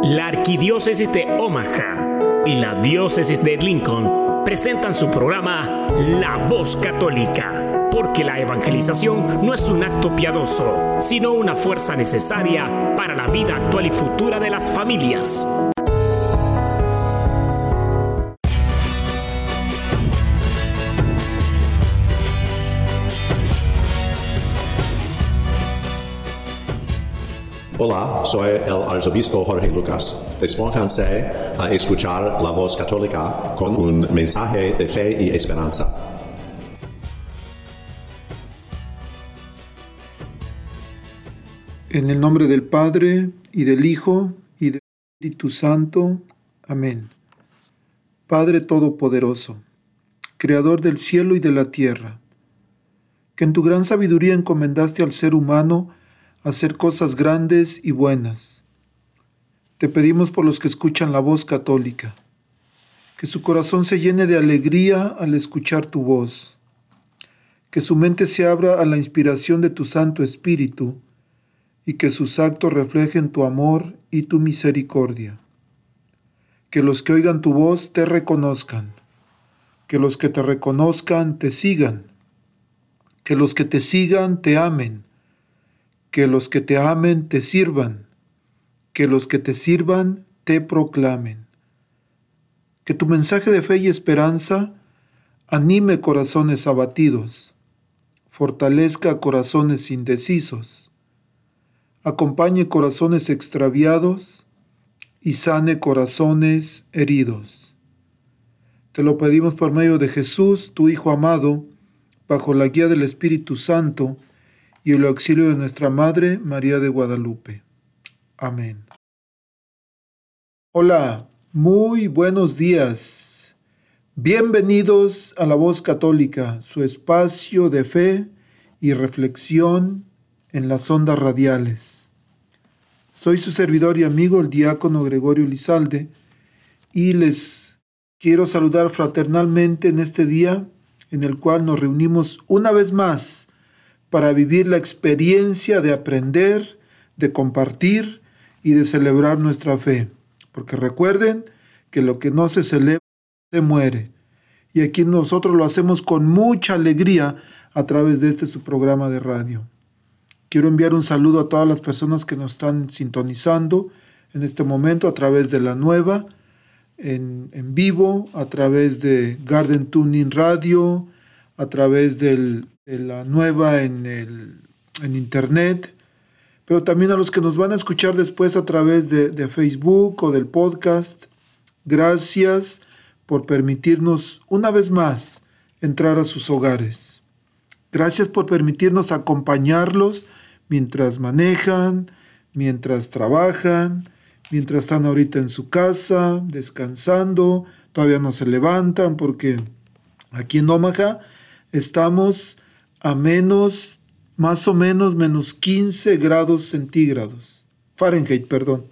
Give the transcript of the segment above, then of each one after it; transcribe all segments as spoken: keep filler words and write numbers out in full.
La Arquidiócesis de Omaha y la Diócesis de Lincoln presentan su programa La Voz Católica, porque la evangelización no es un acto piadoso, sino una fuerza necesaria para la vida actual y futura de las familias. Hola, soy el arzobispo Jorge Lucas. Despónganse a escuchar La Voz Católica con un mensaje de fe y esperanza. En el nombre del Padre, y del Hijo, y del Espíritu Santo. Amén. Padre Todopoderoso, Creador del cielo y de la tierra, que en tu gran sabiduría encomendaste al ser humano hacer cosas grandes y buenas. Te pedimos por los que escuchan la voz católica, que su corazón se llene de alegría al escuchar tu voz, que su mente se abra a la inspiración de tu Santo Espíritu y que sus actos reflejen tu amor y tu misericordia. Que los que oigan tu voz te reconozcan, que los que te reconozcan te sigan, que los que te sigan te amen, que los que te amen te sirvan, que los que te sirvan te proclamen. Que tu mensaje de fe y esperanza anime corazones abatidos, fortalezca corazones indecisos, acompañe corazones extraviados y sane corazones heridos. Te lo pedimos por medio de Jesús, tu Hijo amado, bajo la guía del Espíritu Santo, y el auxilio de nuestra Madre María de Guadalupe. Amén. Hola, muy buenos días. Bienvenidos a La Voz Católica, su espacio de fe y reflexión en las ondas radiales. Soy su servidor y amigo, el diácono Gregorio Lizalde, y les quiero saludar fraternalmente en este día en el cual nos reunimos una vez más para vivir la experiencia de aprender, de compartir y de celebrar nuestra fe. Porque recuerden que lo que no se celebra se muere. Y aquí nosotros lo hacemos con mucha alegría a través de este su programa de radio. Quiero enviar un saludo a todas las personas que nos están sintonizando en este momento a través de la nueva, en, en vivo, a través de Garden Tuning Radio, a través del de la nueva en, el, en internet, pero también a los que nos van a escuchar después a través de, de Facebook o del podcast. Gracias por permitirnos una vez más entrar a sus hogares. Gracias por permitirnos acompañarlos mientras manejan, mientras trabajan, mientras están ahorita en su casa, descansando, todavía no se levantan porque aquí en Omaha estamos a menos, más o menos, menos quince grados centígrados, Fahrenheit, perdón.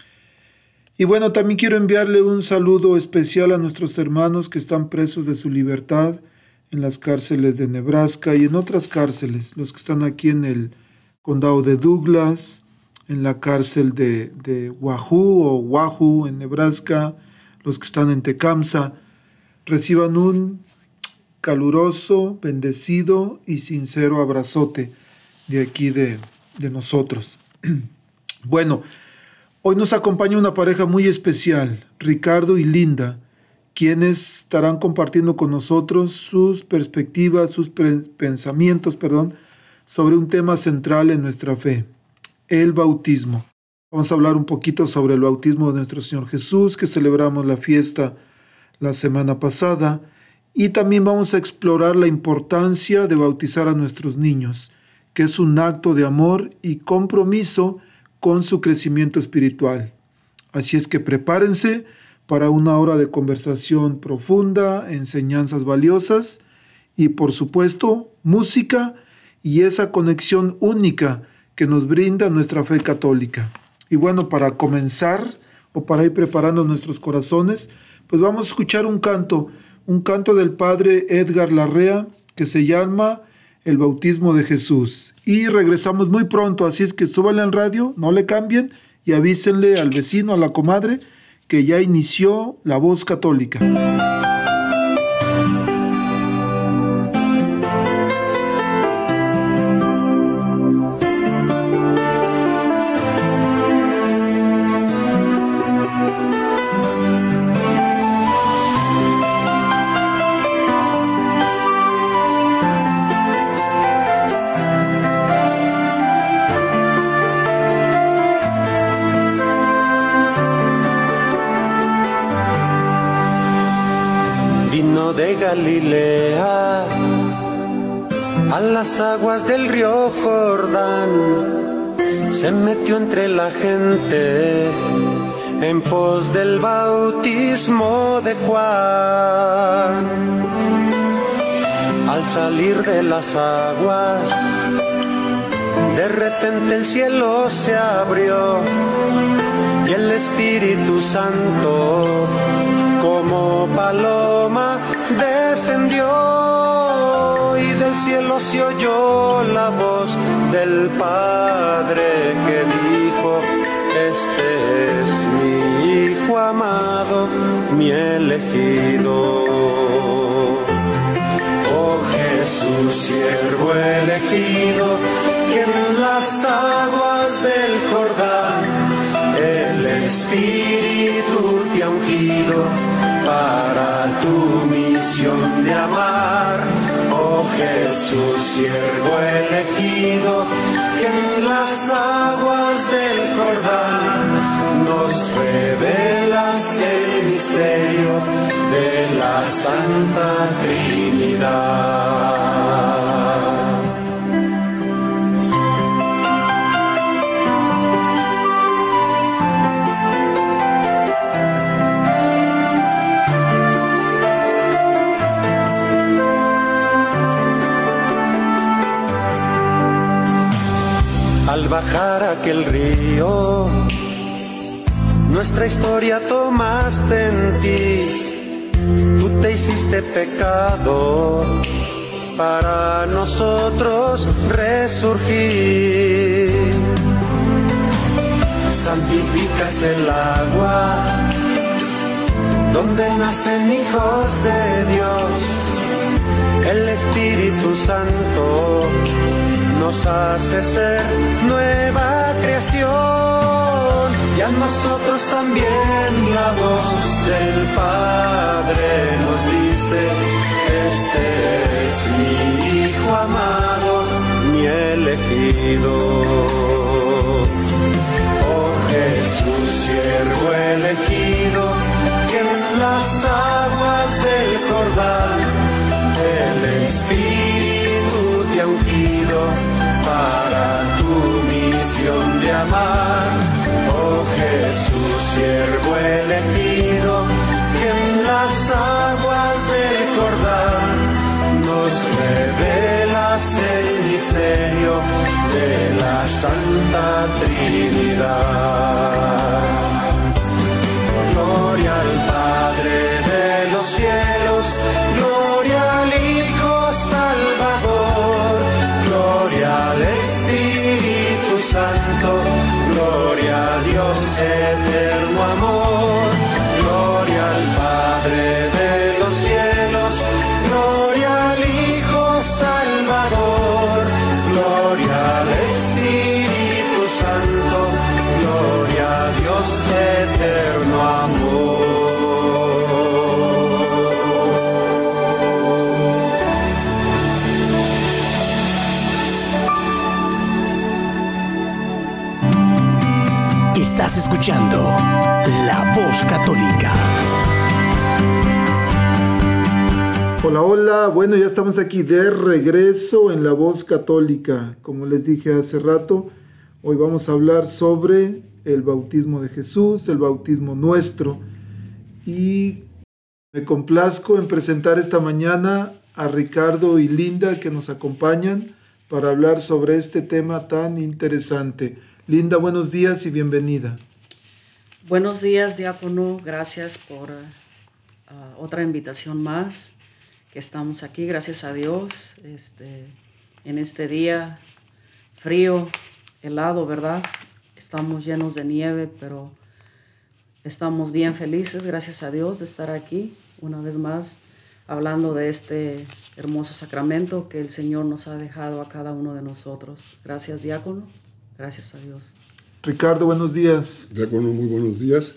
Y bueno, también quiero enviarle un saludo especial a nuestros hermanos que están presos de su libertad en las cárceles de Nebraska y en otras cárceles, los que están aquí en el condado de Douglas, en la cárcel de, de Wahoo o Wahoo en Nebraska, los que están en Tecumseh. Reciban un caluroso, bendecido y sincero abrazote de aquí de, de nosotros. Bueno, hoy nos acompaña una pareja muy especial, Ricardo y Linda, quienes estarán compartiendo con nosotros sus perspectivas, sus pre- pensamientos, perdón, sobre un tema central en nuestra fe, el bautismo. Vamos a hablar un poquito sobre el bautismo de nuestro Señor Jesús, que celebramos la fiesta la semana pasada. Y también vamos a explorar la importancia de bautizar a nuestros niños, que es un acto de amor y compromiso con su crecimiento espiritual. Así es que prepárense para una hora de conversación profunda, enseñanzas valiosas y, por supuesto, música y esa conexión única que nos brinda nuestra fe católica. Y bueno, para comenzar o para ir preparando nuestros corazones, pues vamos a escuchar un canto un canto del padre Edgar Larrea que se llama El bautismo de Jesús. Y regresamos muy pronto, así es que súbanle al radio, no le cambien y avísenle al vecino, a la comadre, que ya inició La Voz Católica. De Galilea a las aguas del río Jordán, se metió entre la gente en pos del bautismo de Juan. Al salir de las aguas, de repente el cielo se abrió y el Espíritu Santo como paloma descendió, y del cielo se oyó la voz del Padre que dijo: este es mi Hijo amado, mi elegido. Oh Jesús, siervo elegido, que en las aguas del Jordán el Espíritu te ha ungido para tu misión de amar. Oh Jesús, siervo elegido, que en las aguas del Jordán nos revelas el misterio de la Santa Trinidad. Al bajar aquel río, nuestra historia tomaste en ti. Tú te hiciste pecado para nosotros resurgir. Santificas el agua donde nacen hijos de Dios. El Espíritu Santo nos hace ser nueva creación, y a nosotros también la voz del Padre nos dice: este es mi Hijo amado, mi elegido. Oh Jesús, siervo elegido, que en las aguas del Jordán el Espíritu te ha ungido para tu misión de amar. Oh Jesús, siervo elegido, que en las aguas del Jordán nos revelas el misterio de la Santa Trinidad. Gloria al Padre de los cielos, gloria al Hijo Salvador, gloria al Espíritu Santo, gloria a Dios eterno amor, gloria al Padre de los cielos, gloria al Hijo Salvador, gloria al Espíritu Santo, gloria a Dios eterno amor. Estás escuchando La Voz Católica. Hola, hola, bueno, ya estamos aquí de regreso en La Voz Católica. Como les dije hace rato, hoy vamos a hablar sobre el bautismo de Jesús, el bautismo nuestro. Y me complazco en presentar esta mañana a Ricardo y Linda, que nos acompañan para hablar sobre este tema tan interesante. Linda, buenos días y bienvenida. Buenos días, diácono. Gracias por uh, otra invitación más, que estamos aquí, gracias a Dios, este, en este día frío, helado, ¿verdad? estamos llenos de nieve, pero estamos bien felices, gracias a Dios, de estar aquí una vez más hablando de este hermoso sacramento que el Señor nos ha dejado a cada uno de nosotros. Gracias, diácono. Gracias a Dios. Ricardo, buenos días. Diácono, muy buenos días.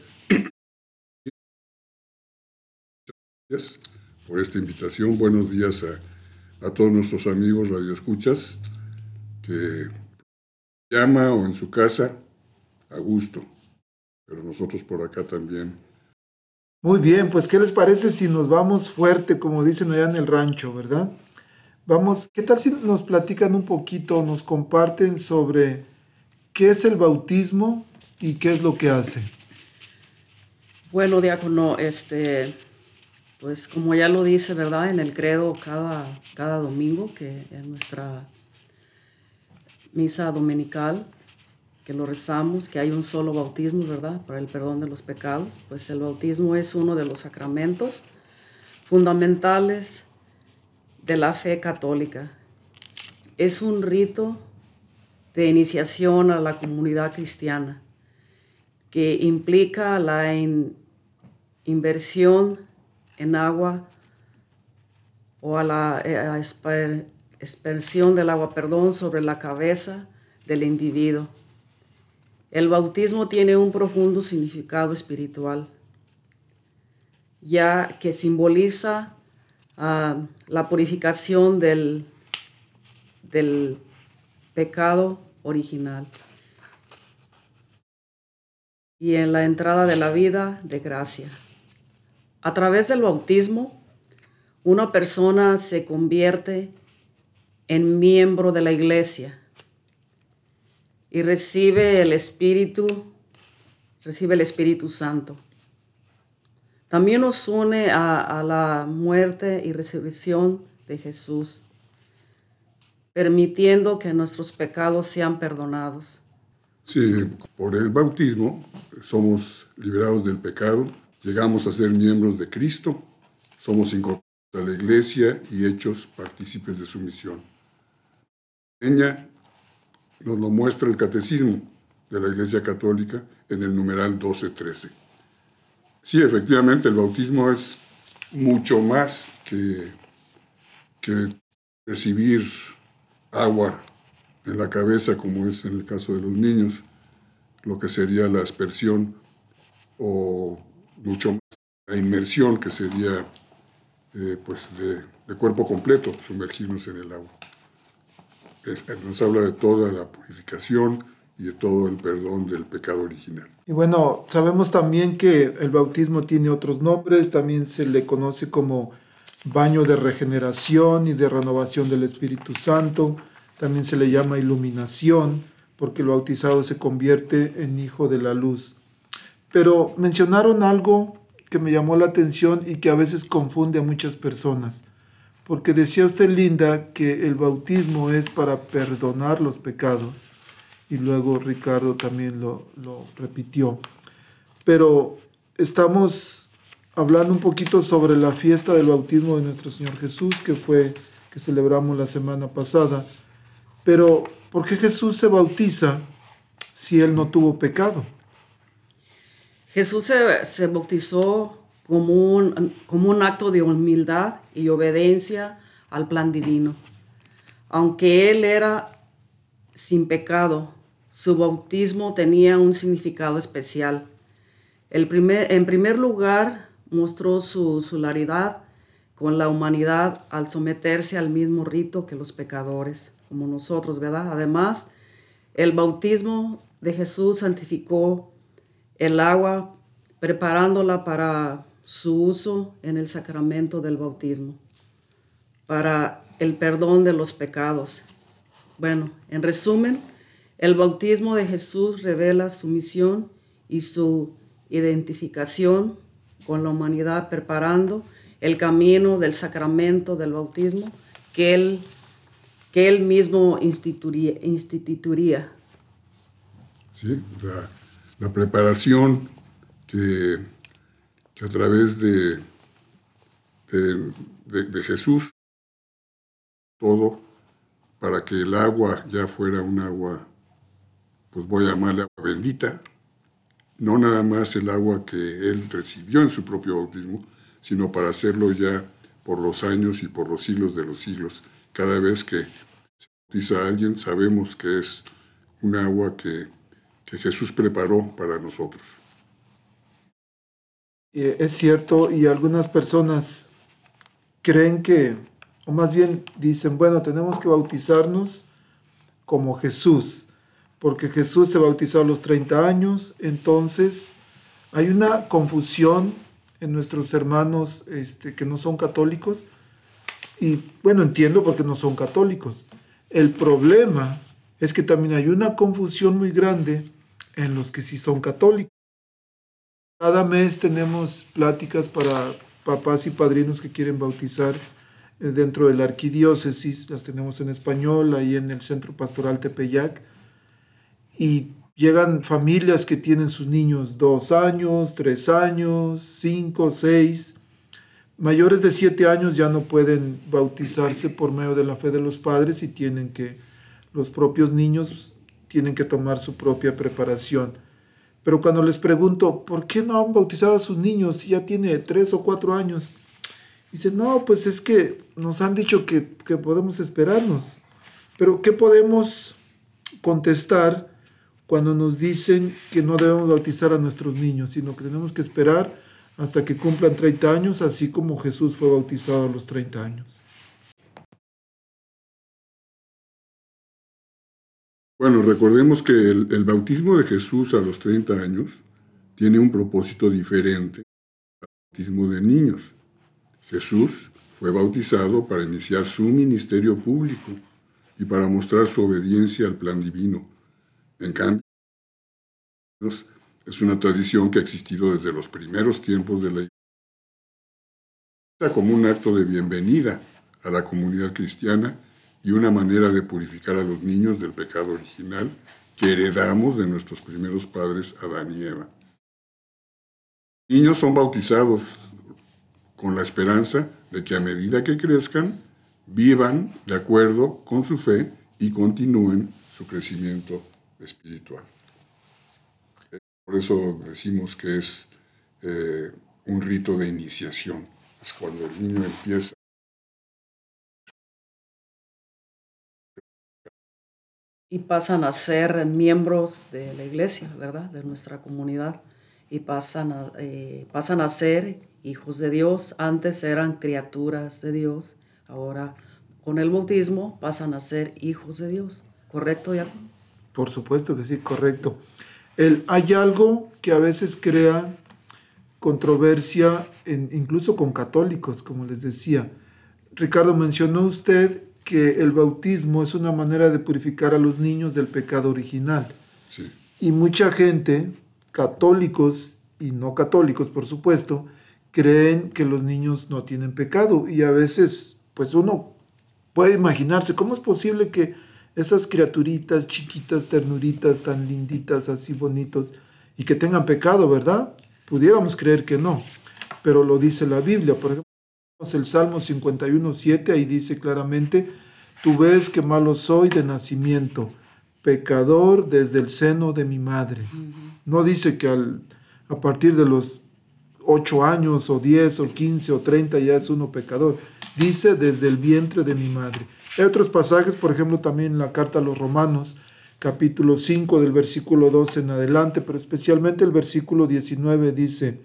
Gracias por esta invitación. Buenos días a, a todos nuestros amigos radioescuchas que llama o en su casa a gusto, pero nosotros por acá también. Muy bien, pues ¿qué les parece si nos vamos fuerte, como dicen allá en el rancho, verdad? Vamos, ¿qué tal si nos platican un poquito, nos comparten sobre qué es el bautismo y qué es lo que hace? Bueno, diácono, este, pues como ya lo dice, ¿verdad? En el credo cada, cada domingo, que en nuestra misa dominical, que lo rezamos, que hay un solo bautismo, ¿verdad? Para el perdón de los pecados. Pues el bautismo es uno de los sacramentos fundamentales de la fe católica. Es un rito de iniciación a la comunidad cristiana que implica la in- inversión en agua o a la a esper- aspersión del agua, perdón, sobre la cabeza del individuo. El bautismo tiene un profundo significado espiritual, ya que simboliza uh, la purificación del, del pecado original y en la entrada de la vida de gracia. A través del bautismo, una persona se convierte en miembro de la iglesia y recibe el Espíritu, recibe el Espíritu Santo. También nos une a, a la muerte y resurrección de Jesús, permitiendo que nuestros pecados sean perdonados. Sí, por el bautismo somos liberados del pecado, llegamos a ser miembros de Cristo, somos incorporados a la iglesia y hechos partícipes de su misión. Ella nos lo muestra el Catecismo de la Iglesia Católica en el numeral doce trece. Sí, efectivamente, el bautismo es mucho más que, que recibir agua en la cabeza, como es en el caso de los niños, lo que sería la aspersión, o mucho más la inmersión, que sería eh, pues de, de cuerpo completo, sumergirnos en el agua. Es, nos habla de toda la purificación y de todo el perdón del pecado original. Y bueno, sabemos también que el bautismo tiene otros nombres, también se le conoce como baño de regeneración y de renovación del Espíritu Santo, también se le llama iluminación, porque el bautizado se convierte en hijo de la luz. Pero mencionaron algo que me llamó la atención y que a veces confunde a muchas personas. Porque decía usted, Linda, que el bautismo es para perdonar los pecados. Y luego Ricardo también lo, lo repitió. Pero estamos hablando un poquito sobre la fiesta del bautismo de nuestro Señor Jesús, que fue, que celebramos la semana pasada. Pero, ¿por qué Jesús se bautiza si Él no tuvo pecado? Jesús se, se bautizó como un, como un acto de humildad y obediencia al plan divino. Aunque Él era sin pecado, su bautismo tenía un significado especial. El primer, en primer lugar, mostró su solidaridad con la humanidad al someterse al mismo rito que los pecadores, como nosotros, ¿verdad? Además, el bautismo de Jesús santificó el agua, preparándola para su uso en el sacramento del bautismo, para el perdón de los pecados. Bueno, en resumen, el bautismo de Jesús revela su misión y su identificación con la humanidad, preparando el camino del sacramento del bautismo que él, que él mismo instituiría. instituiría. Sí, la, la preparación que, que a través de, de, de, de Jesús, todo para que el agua ya fuera un agua pues voy a llamarle agua bendita, no nada más el agua que él recibió en su propio bautismo, sino para hacerlo ya por los años y por los siglos de los siglos. Cada vez que se bautiza a alguien, sabemos que es un agua que, que Jesús preparó para nosotros. Es cierto, y algunas personas creen que, o más bien dicen, bueno, tenemos que bautizarnos como Jesús, porque Jesús se bautizó a los treinta años, entonces hay una confusión en nuestros hermanos este, que no son católicos, y bueno, entiendo porque no son católicos. El problema es que también hay una confusión muy grande en los que sí son católicos. Cada mes tenemos pláticas para papás y padrinos que quieren bautizar dentro de la arquidiócesis, las tenemos en español, ahí en el Centro Pastoral Tepeyac, y llegan familias que tienen sus niños dos años, tres años, cinco, seis, mayores de siete años ya no pueden bautizarse por medio de la fe de los padres y tienen que, los propios niños tienen que tomar su propia preparación. Pero cuando les pregunto, ¿por qué no han bautizado a sus niños si ya tiene tres o cuatro años? Dicen, no, pues es que nos han dicho que, que podemos esperarnos. Pero ¿qué podemos contestar cuando nos dicen que no debemos bautizar a nuestros niños, sino que tenemos que esperar hasta que cumplan treinta años, así como Jesús fue bautizado a los treinta años? Bueno, recordemos que el, el bautismo de Jesús a los treinta años tiene un propósito diferente al bautismo de niños. Jesús fue bautizado para iniciar su ministerio público y para mostrar su obediencia al plan divino. En cambio, es una tradición que ha existido desde los primeros tiempos de la Iglesia como un acto de bienvenida a la comunidad cristiana y una manera de purificar a los niños del pecado original que heredamos de nuestros primeros padres Adán y Eva. Los niños son bautizados con la esperanza de que a medida que crezcan, vivan de acuerdo con su fe y continúen su crecimiento espiritual. Por eso decimos que es eh, un rito de iniciación. Es cuando el niño empieza. Y pasan a ser miembros de la iglesia, ¿verdad? De nuestra comunidad. Y pasan a, eh, pasan a ser hijos de Dios. Antes eran criaturas de Dios. Ahora, con el bautismo, pasan a ser hijos de Dios. ¿Correcto, Jacob? Por supuesto que sí, correcto. El, hay algo que a veces crea controversia, en, incluso con católicos, como les decía. Ricardo, mencionó usted que el bautismo es una manera de purificar a los niños del pecado original. Sí. Y mucha gente, católicos y no católicos, por supuesto, creen que los niños no tienen pecado. Y a veces, pues uno puede imaginarse, ¿cómo es posible que esas criaturitas chiquitas, ternuritas, tan linditas, así bonitos, y que tengan pecado, verdad? Pudiéramos creer que no, pero lo dice la Biblia. Por ejemplo, el Salmo cincuenta y uno, siete, ahí dice claramente, tú ves que malo soy de nacimiento, pecador desde el seno de mi madre. Uh-huh. No dice que al, a partir de los ocho años, o diez, o quince, o treinta ya es uno pecador. Dice desde el vientre de mi madre. Hay otros pasajes, por ejemplo, también en la carta a los Romanos, capítulo cinco, del versículo doce en adelante, pero especialmente el versículo diecinueve dice,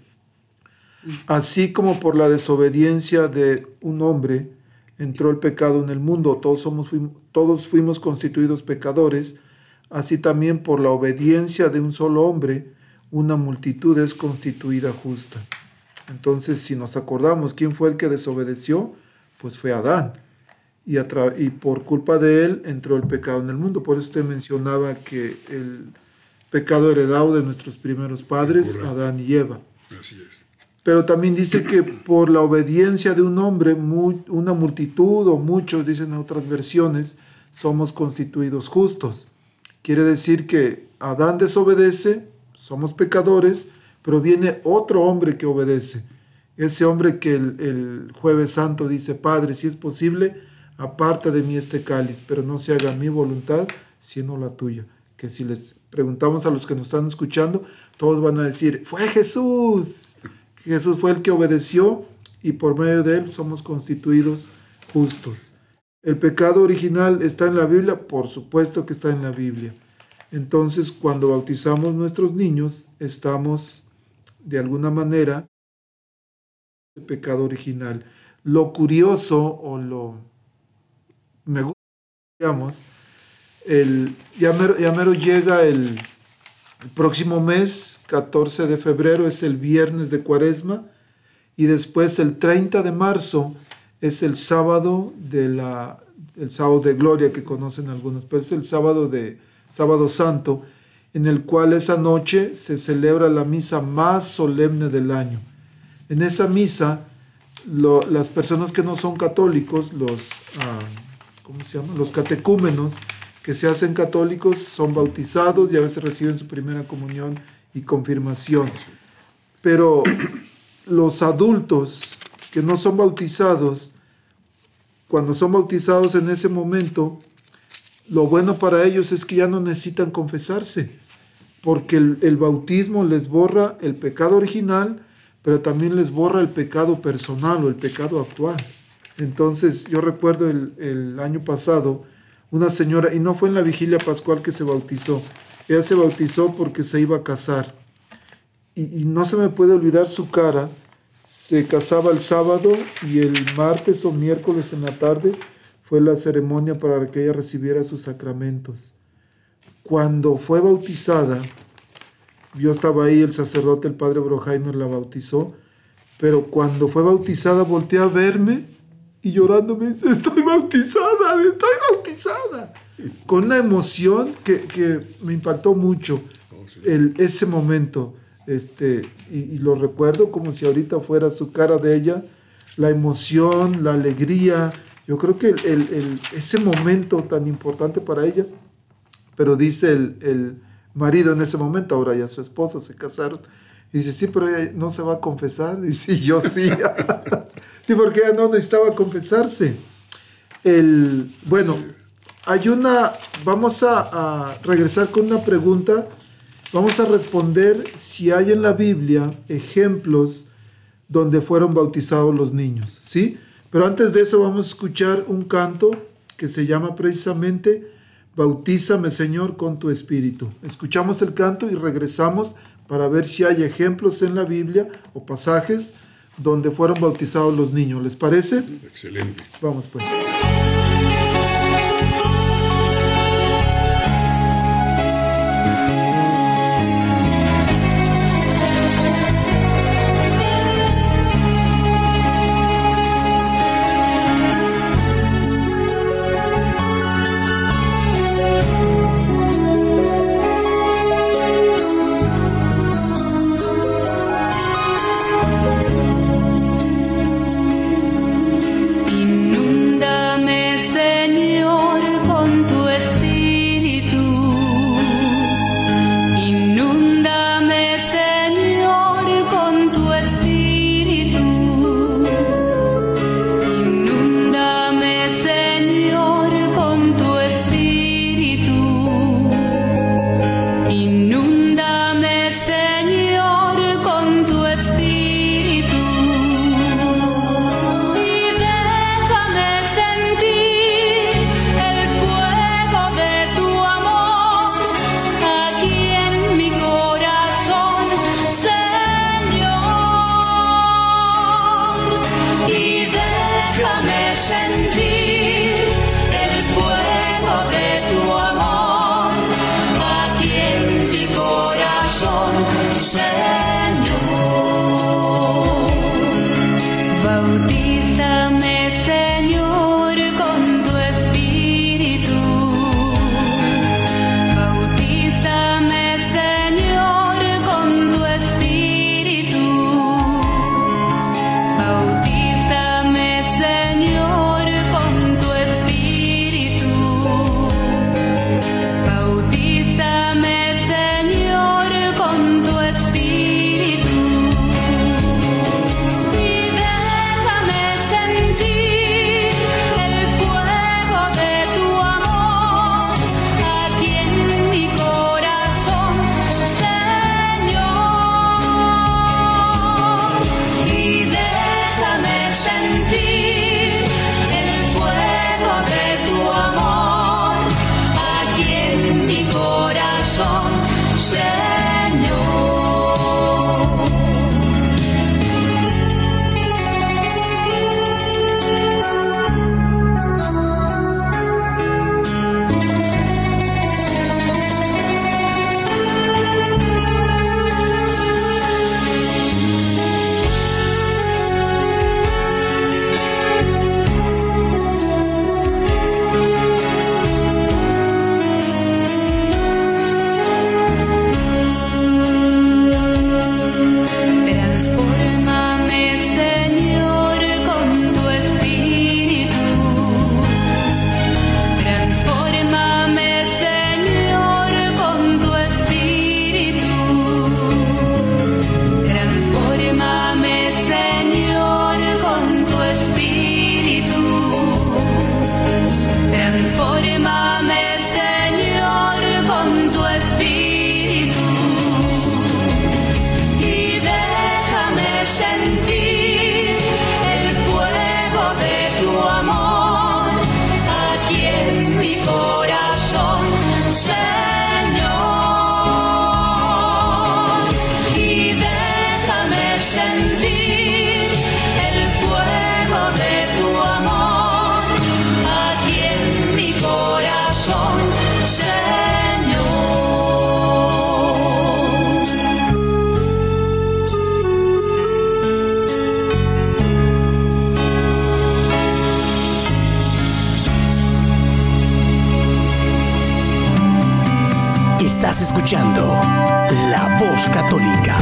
así como por la desobediencia de un hombre entró el pecado en el mundo, todos, somos, todos fuimos constituidos pecadores, así también por la obediencia de un solo hombre, una multitud es constituida justa. Entonces, si nos acordamos quién fue el que desobedeció, pues fue Adán. Y, tra- y por culpa de él entró el pecado en el mundo. Por eso usted mencionaba que el pecado heredado de nuestros primeros padres, Correcto. Adán y Eva. Así es. Pero también dice que por la obediencia de un hombre, muy, una multitud o muchos, dicen en otras versiones, somos constituidos justos. Quiere decir que Adán desobedece, somos pecadores, pero viene otro hombre que obedece. Ese hombre que el, el Jueves Santo dice, Padre, si es posible, aparta de mí este cáliz, pero no se haga mi voluntad, sino la tuya. que si les preguntamos a los que nos están escuchando, todos van a decir, fue Jesús. Jesús fue el que obedeció y por medio de él somos constituidos justos. ¿El pecado original está en la Biblia? Por supuesto que está en la Biblia. Entonces, cuando bautizamos nuestros niños, estamos de alguna manera el pecado original. Lo curioso o lo me gusta, digamos, el, ya, mero, ya mero llega el, el próximo mes, catorce de febrero, es el viernes de Cuaresma, y después el treinta de marzo es el sábado de la, el sábado de gloria que conocen algunos, pero es el sábado de sábado santo, en el cual esa noche se celebra la misa más solemne del año. En esa misa, lo, las personas que no son católicos, los, uh, ¿cómo se llama? Los catecúmenos, que se hacen católicos, son bautizados y a veces reciben su primera comunión y confirmación. Pero los adultos que no son bautizados, cuando son bautizados en ese momento, lo bueno para ellos es que ya no necesitan confesarse, porque el, el bautismo les borra el pecado original, pero también les borra el pecado personal o el pecado actual. Entonces, yo recuerdo el, el año pasado, una señora, y no fue en la vigilia pascual que se bautizó, ella se bautizó porque se iba a casar. Y, y no se me puede olvidar su cara. Se casaba el sábado y el martes o miércoles en la tarde fue la ceremonia para que ella recibiera sus sacramentos. Cuando fue bautizada, yo estaba ahí, el sacerdote, el padre Broheimer, la bautizó, pero cuando fue bautizada volteé a verme y llorando me dice, estoy bautizada, estoy bautizada. Con una emoción que, que me impactó mucho el, ese momento. Este, y, y lo recuerdo como si ahorita fuera su cara de ella, la emoción, la alegría. Yo creo que el, el, el, ese momento tan importante para ella, pero dice el, el marido en ese momento, ahora ya su esposo, se casaron, y dice, sí, pero ella no se va a confesar. Dice, yo sí. Sí, porque ella no necesitaba confesarse. El, bueno, hay una, vamos a, a regresar con una pregunta. Vamos a responder si hay en la Biblia ejemplos donde fueron bautizados los niños, ¿sí? Pero antes de eso vamos a escuchar un canto que se llama precisamente Bautízame, Señor, con tu Espíritu. Escuchamos el canto y regresamos para ver si hay ejemplos en la Biblia o pasajes donde fueron bautizados los niños. ¿Les parece? Excelente. Vamos pues. Bautízame, Señor, con tu Espíritu. Estás escuchando La Voz Católica.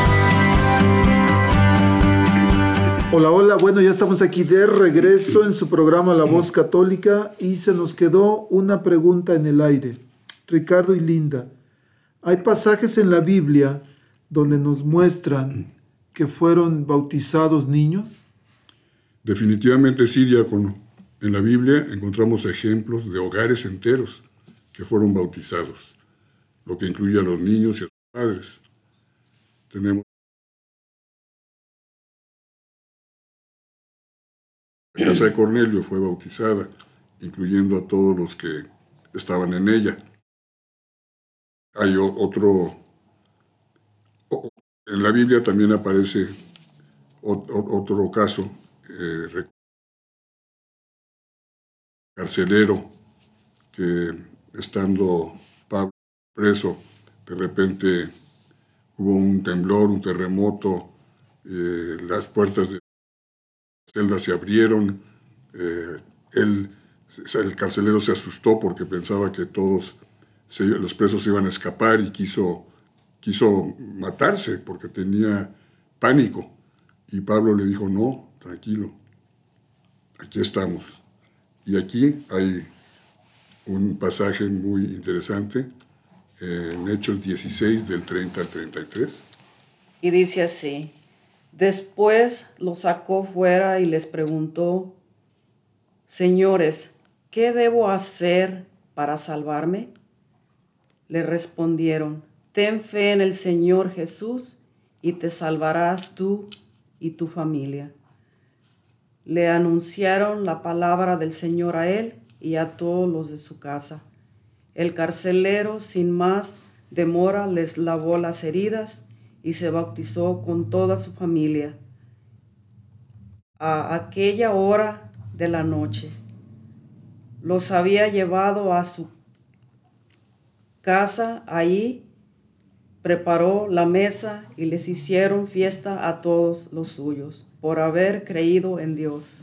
Hola, hola, bueno, ya estamos aquí de regreso en su programa La Voz Católica y se nos quedó una pregunta en el aire. Ricardo y Linda, ¿hay pasajes en la Biblia donde nos muestran que fueron bautizados niños? Definitivamente sí, diácono. En la Biblia encontramos ejemplos de hogares enteros que fueron bautizados, lo que incluye a los niños y a sus padres. Tenemos la casa de Cornelio fue bautizada, incluyendo a todos los que estaban en ella. Hay otro, en la Biblia también aparece otro caso, eh, carcelero, que estando Pablo preso, de repente hubo un temblor, un terremoto, eh, las puertas de la celda se abrieron, eh, él, el carcelero se asustó porque pensaba que todos se, los presos iban a escapar y quiso, quiso matarse porque tenía pánico. Y Pablo le dijo, no, tranquilo, aquí estamos. Y aquí hay un pasaje muy interesante eh, en Hechos dieciséis, del treinta al treinta y tres. Y dice así: después los sacó fuera y les preguntó, señores, ¿qué debo hacer para salvarme? Le respondieron, ten fe en el Señor Jesús y te salvarás tú y tu familia. Le anunciaron la palabra del Señor a él y a todos los de su casa. El carcelero, sin más demora, les lavó las heridas y se bautizó con toda su familia. A aquella hora de la noche, los había llevado a su casa, ahí preparó la mesa y les hicieron fiesta a todos los suyos, por haber creído en Dios.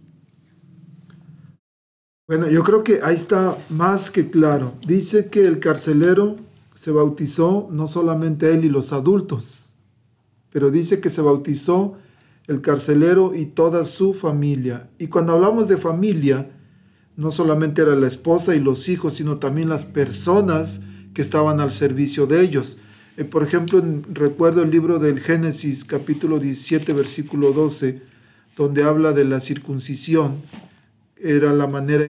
Bueno, yo creo que ahí está más que claro. Dice que el carcelero se bautizó, no solamente él y los adultos, pero dice que se bautizó el carcelero y toda su familia. Y cuando hablamos de familia, no solamente era la esposa y los hijos, sino también las personas que estaban al servicio de ellos. Eh, por ejemplo, en, recuerdo el libro del Génesis, capítulo diecisiete, versículo doce, donde habla de la circuncisión. Era la manera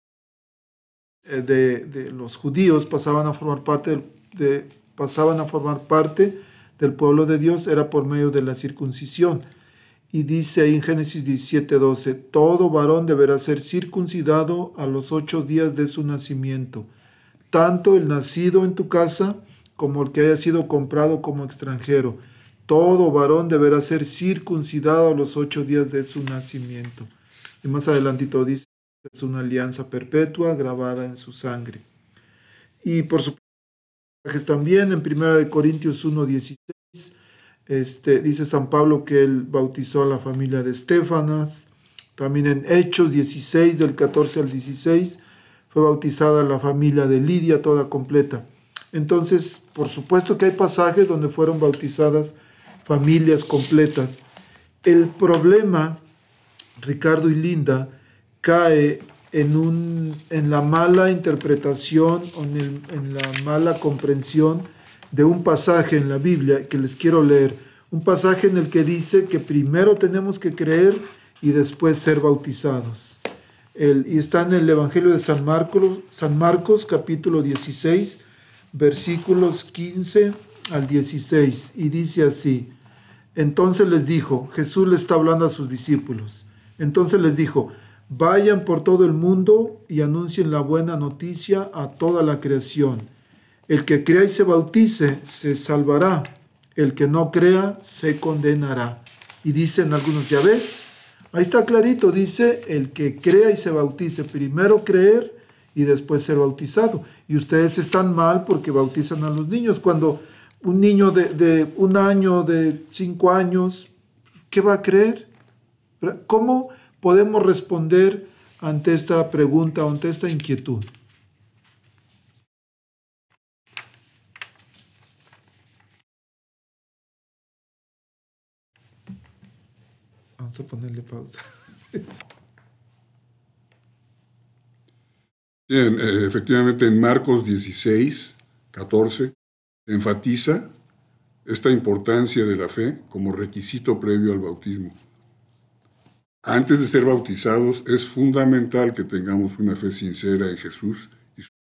de, de los judíos pasaban a formar parte del, de, pasaban a formar parte del pueblo de Dios, era por medio de la circuncisión. Y dice ahí en Génesis diecisiete, doce, todo varón deberá ser circuncidado a los ocho días de su nacimiento, tanto el nacido en tu casa como el que haya sido comprado como extranjero. Todo varón deberá ser circuncidado a los ocho días de su nacimiento. Y más adelantito dice, es una alianza perpetua grabada en su sangre. Y por supuesto, también en primera de Corintios uno, dieciséis, este, dice San Pablo que él bautizó a la familia de Estéfanas. También en Hechos dieciséis, del catorce al dieciséis, fue bautizada la familia de Lidia toda completa. Entonces, por supuesto que hay pasajes donde fueron bautizadas familias completas. El problema, Ricardo y Linda, cae en, un, en la mala interpretación o en, el, en la mala comprensión de un pasaje en la Biblia que les quiero leer. Un pasaje en el que dice que primero tenemos que creer y después ser bautizados. El, y está en el Evangelio de San Marcos, San Marcos capítulo dieciséis, versículos quince al dieciséis, y dice así: entonces les dijo, Jesús le está hablando a sus discípulos, entonces les dijo, vayan por todo el mundo y anuncien la buena noticia a toda la creación. El que crea y se bautice se salvará, el que no crea se condenará. Y dicen algunos, ya ves, ahí está clarito, dice el que crea y se bautice, primero creer y después ser bautizado. Y ustedes están mal porque bautizan a los niños. Cuando un niño de, de un año, de cinco años, ¿qué va a creer? ¿Cómo podemos responder ante esta pregunta, ante esta inquietud? Vamos a ponerle pausa. Bien, eh, efectivamente en Marcos dieciséis, catorce, se enfatiza esta importancia de la fe como requisito previo al bautismo. Antes de ser bautizados, es fundamental que tengamos una fe sincera en Jesús. Y su...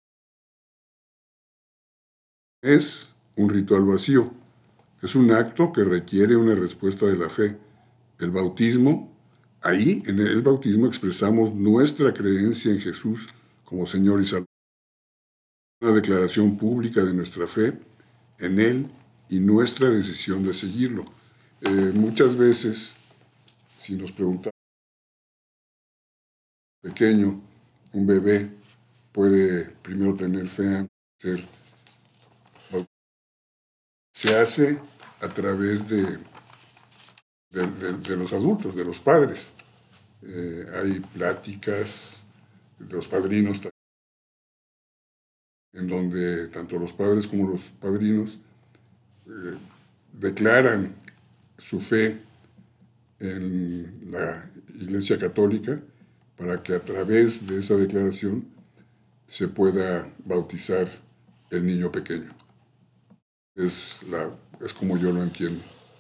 Es un ritual vacío. Es un acto que requiere una respuesta de la fe. El bautismo, ahí en el bautismo expresamos nuestra creencia en Jesús como Señor y Salvador. Una declaración pública de nuestra fe en Él y nuestra decisión de seguirlo. Eh, muchas veces, si nos preguntamos, pequeño, un bebé puede primero tener fe antes de ser bautizado. Se hace a través de, de, de, de los adultos, de los padres. Eh, hay pláticas de los padrinos en donde tanto los padres como los padrinos eh, declaran su fe en la Iglesia Católica para que a través de esa declaración se pueda bautizar el niño pequeño. Es, la, es como yo lo entiendo.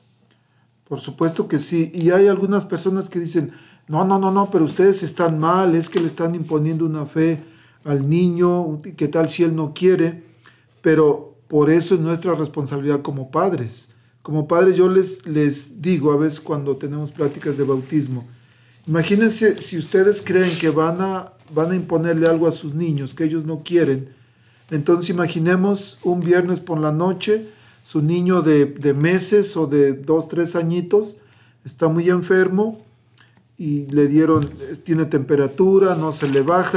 Por supuesto que sí. Y hay algunas personas que dicen, no, no, no, no, pero ustedes están mal, es que le están imponiendo una fe al niño, ¿qué tal si él no quiere? Pero por eso es nuestra responsabilidad como padres. Como padres yo les, les digo a veces cuando tenemos pláticas de bautismo, imagínense si ustedes creen que van a, van a imponerle algo a sus niños que ellos no quieren. Entonces imaginemos un viernes por la noche, su niño de, de meses o de dos, tres añitos está muy enfermo y le dieron, tiene temperatura, no se le baja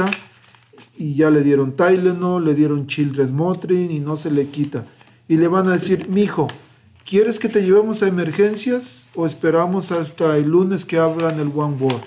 y ya le dieron Tylenol, le dieron Children's Motrin y no se le quita. Y le van a decir, mijo, ¿quieres que te llevemos a emergencias o esperamos hasta el lunes que abran el One World?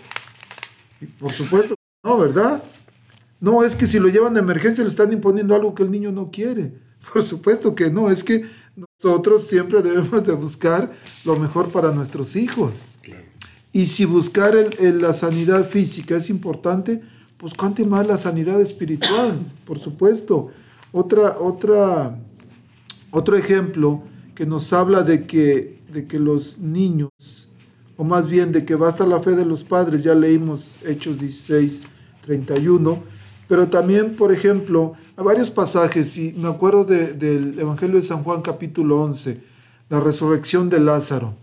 Y por supuesto, no, ¿verdad? No, es que si lo llevan a emergencia le están imponiendo algo que el niño no quiere. Por supuesto que no, es que nosotros siempre debemos de buscar lo mejor para nuestros hijos. Claro. Y si buscar el, el, la sanidad física es importante, pues cuánto más la sanidad espiritual, por supuesto. Otra, otra, otro ejemplo que nos habla de que, de que los niños, o más bien de que basta la fe de los padres, ya leímos Hechos dieciséis, treinta y uno, pero también, por ejemplo, hay varios pasajes, y me acuerdo de, del Evangelio de San Juan capítulo once, la resurrección de Lázaro.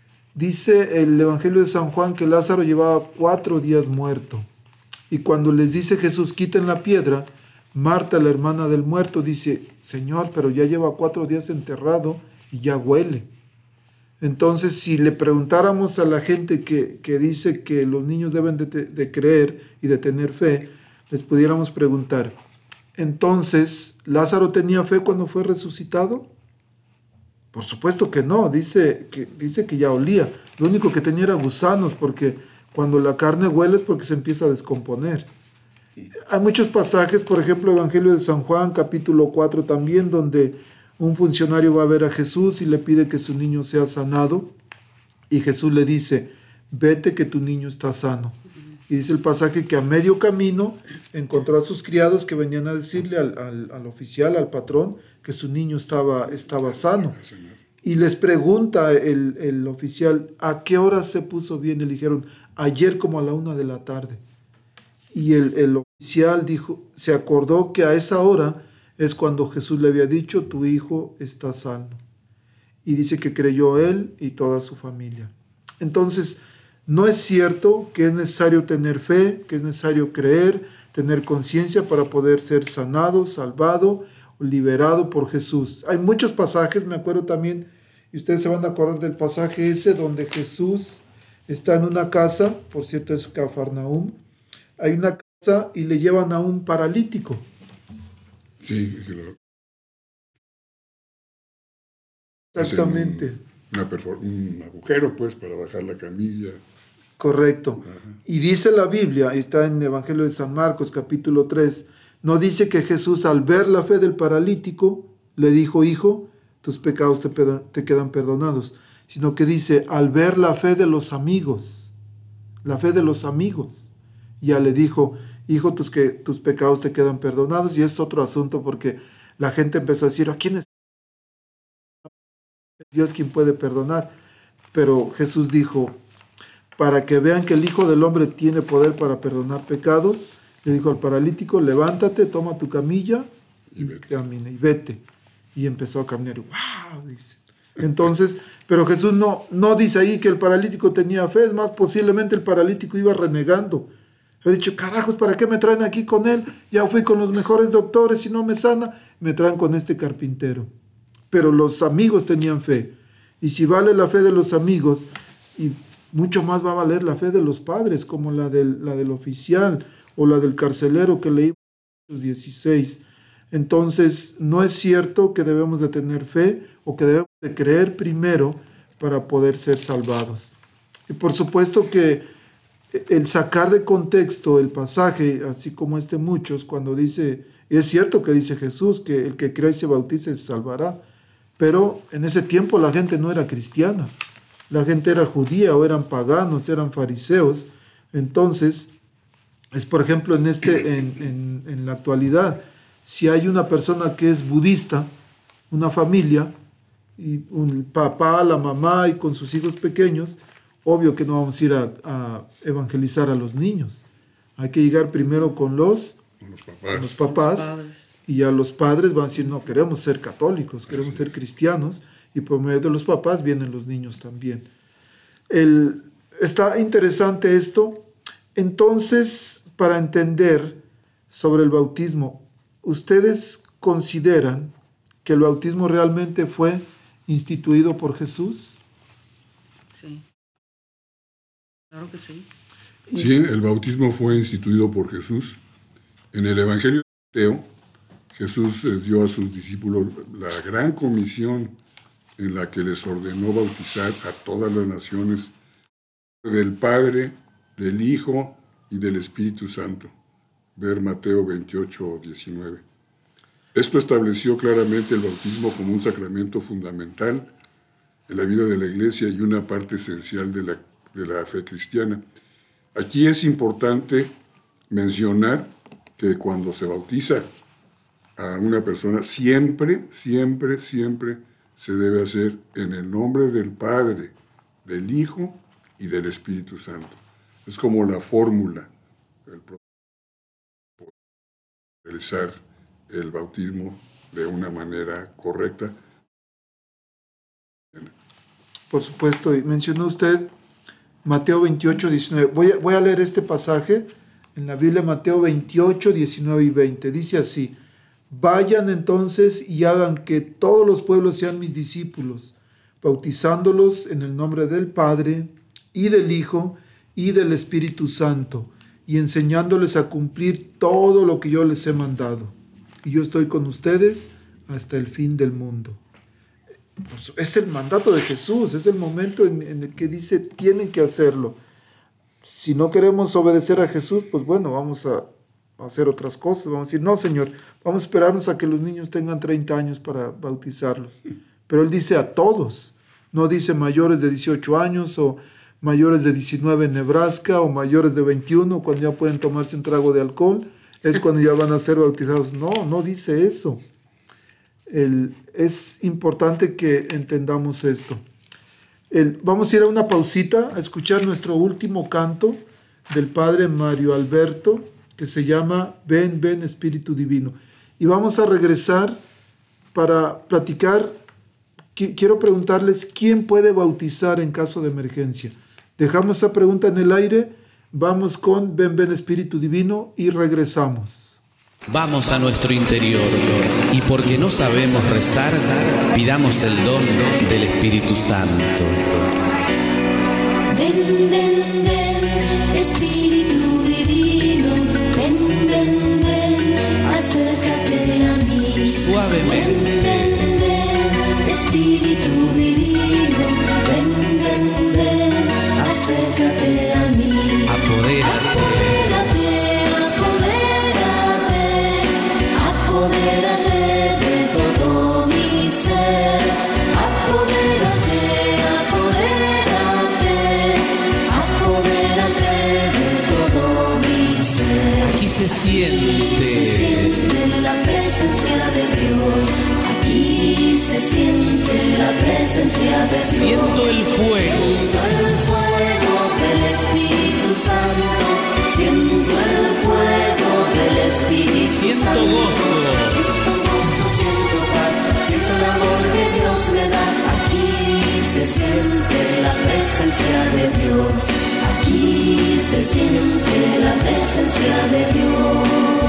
Dice el Evangelio de San Juan que Lázaro llevaba cuatro días muerto. Y cuando les dice Jesús, quiten la piedra, Marta, la hermana del muerto, dice, Señor, pero ya lleva cuatro días enterrado y ya huele. Entonces, si le preguntáramos a la gente que, que dice que los niños deben de, de creer y de tener fe, les pudiéramos preguntar, entonces, ¿Lázaro tenía fe cuando fue resucitado? Por supuesto que no, dice que, dice que ya olía. Lo único que tenía era gusanos, porque cuando la carne huele es porque se empieza a descomponer. Hay muchos pasajes, por ejemplo, Evangelio de San Juan, capítulo cuatro también, donde un funcionario va a ver a Jesús y le pide que su niño sea sanado. Y Jesús le dice, vete que tu niño está sano. Y dice el pasaje que a medio camino encontró a sus criados que venían a decirle al, al, al oficial, al patrón, que su niño estaba, estaba sano. Y les pregunta el, el oficial, ¿a qué hora se puso bien? Y le dijeron, ayer como a la una de la tarde. Y el, el oficial dijo, se acordó que a esa hora es cuando Jesús le había dicho, tu hijo está sano. Y dice que creyó él y toda su familia. Entonces, no es cierto que es necesario tener fe, que es necesario creer, tener conciencia para poder ser sanado, salvado, liberado por Jesús. Hay muchos pasajes, me acuerdo también, y ustedes se van a acordar del pasaje ese donde Jesús está en una casa, por cierto es Cafarnaúm, hay una casa y le llevan a un paralítico. Sí, claro. Exactamente. Un, una perfor- un agujero, pues, para bajar la camilla. Correcto. Ajá. Y dice la Biblia, está en el Evangelio de San Marcos, capítulo tres, no dice que Jesús al ver la fe del paralítico le dijo, hijo, tus pecados te, peda- te quedan perdonados, sino que dice, al ver la fe de los amigos. la fe de los amigos. Y ya le dijo, hijo, tus, que, tus pecados te quedan perdonados. Y es otro asunto porque la gente empezó a decir, ¿a quién es Dios quien puede perdonar? Pero Jesús dijo, para que vean que el Hijo del Hombre tiene poder para perdonar pecados, le dijo al paralítico, levántate, toma tu camilla y, y camina y vete. Y empezó a caminar. ¡Wow! Dice. Entonces, pero Jesús no, no dice ahí que el paralítico tenía fe, es más, posiblemente el paralítico iba renegando. He dicho, carajos, ¿para qué me traen aquí con él? Ya fui con los mejores doctores y no me sana, me traen con este carpintero. Pero los amigos tenían fe. Y si vale la fe de los amigos, y mucho más va a valer la fe de los padres, como la del, la del oficial o la del carcelero que leí en dieciséis. Entonces, no es cierto que debemos de tener fe o que debemos de creer primero para poder ser salvados. Y por supuesto que el sacar de contexto el pasaje, así como este muchos, cuando dice, es cierto que dice Jesús que el que crea y se bautice se salvará, pero en ese tiempo la gente no era cristiana, la gente era judía o eran paganos, eran fariseos. Entonces, es por ejemplo en, este, en, en, en la actualidad, si hay una persona que es budista, una familia, y un papá, la mamá y con sus hijos pequeños, obvio que no vamos a ir a, a evangelizar a los niños. Hay que llegar primero con los, con los papás, con los papás Padres. Y ya los padres van a decir, no, queremos ser católicos, queremos Así ser es. cristianos, y por medio de los papás vienen los niños también. El, está interesante esto. Entonces, para entender sobre el bautismo, ¿ustedes consideran que el bautismo realmente fue instituido por Jesús? Sí. Claro que sí. Sí, el bautismo fue instituido por Jesús. En el Evangelio de Mateo, Jesús eh, dio a sus discípulos la gran comisión en la que les ordenó bautizar a todas las naciones del Padre, del Hijo y del Espíritu Santo. Ver Mateo veintiocho, diecinueve. Esto estableció claramente el bautismo como un sacramento fundamental en la vida de la Iglesia y una parte esencial de la, de la fe cristiana. Aquí es importante mencionar que cuando se bautiza a una persona, siempre, siempre, siempre se debe hacer en el nombre del Padre, del Hijo y del Espíritu Santo. Es como la fórmula del realizar el bautismo de una manera correcta. Por supuesto, y mencionó usted Mateo veintiocho, diecinueve. Voy a, voy a leer este pasaje en la Biblia, Mateo veintiocho, diecinueve y veinte. Dice así: vayan entonces y hagan que todos los pueblos sean mis discípulos, bautizándolos en el nombre del Padre y del Hijo y del Espíritu Santo, y enseñándoles a cumplir todo lo que yo les he mandado. Y yo estoy con ustedes hasta el fin del mundo. Pues es el mandato de Jesús, es el momento en, en el que dice tienen que hacerlo. Si no queremos obedecer a Jesús, pues bueno, vamos a hacer otras cosas. Vamos a decir, no, Señor, vamos a esperarnos a que los niños tengan treinta años para bautizarlos. Pero Él dice a todos, no dice mayores de dieciocho años o mayores de diecinueve en Nebraska o mayores de veintiuno cuando ya pueden tomarse un trago de alcohol, es cuando ya van a ser bautizados. No, no dice eso. El, es importante que entendamos esto. El, vamos a ir a una pausita a escuchar nuestro último canto del Padre Mario Alberto, que se llama Ven, ven Espíritu Divino. Y vamos a regresar para platicar. Qu- quiero preguntarles, ¿quién puede bautizar en caso de emergencia? Dejamos esa pregunta en el aire, vamos con Ven, ven Espíritu Divino y regresamos. Vamos a nuestro interior y porque no sabemos rezar, pidamos el don del Espíritu Santo. Ven, ven, ven, Espíritu Divino, ven, ven, ven, acércate a mí. Suavemente. Ven, ven, ven, Espíritu Divino, ven, ven, ven, acércate a mí. Apodérate. Apodérate de todo mi ser, apodérate, apodérate, apodérate Siento el fuego. El fuego del Espíritu Santo, siento el fuego del Espíritu Siento Santo. gozo. Siento gozo, siento paz, siento el amor que Dios me da. Aquí se siente la presencia de Dios. Aquí se siente la presencia de Dios.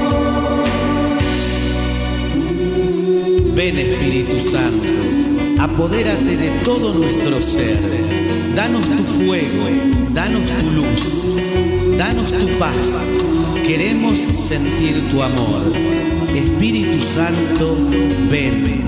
Ven Espíritu Santo, apodérate de todo nuestro ser. Danos tu fuego, danos tu luz, danos tu paz. Queremos sentir tu amor. Espíritu Santo, ven.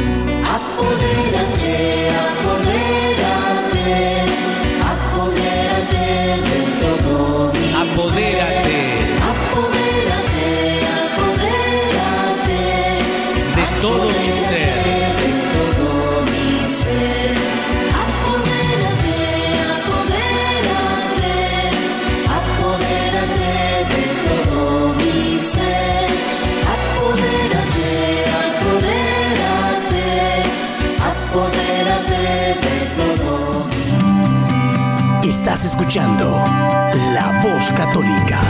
Apodérate, apodérate, apodérate de todo mi ser. Apodérate Apodérate, apodérate de todo mi ser. de todo mi ser. Apodérate, apodérate, apodérate de todo mi ser. Apodérate, apodérate, apodérate de todo mi ser. Estás escuchando La Voz Católica.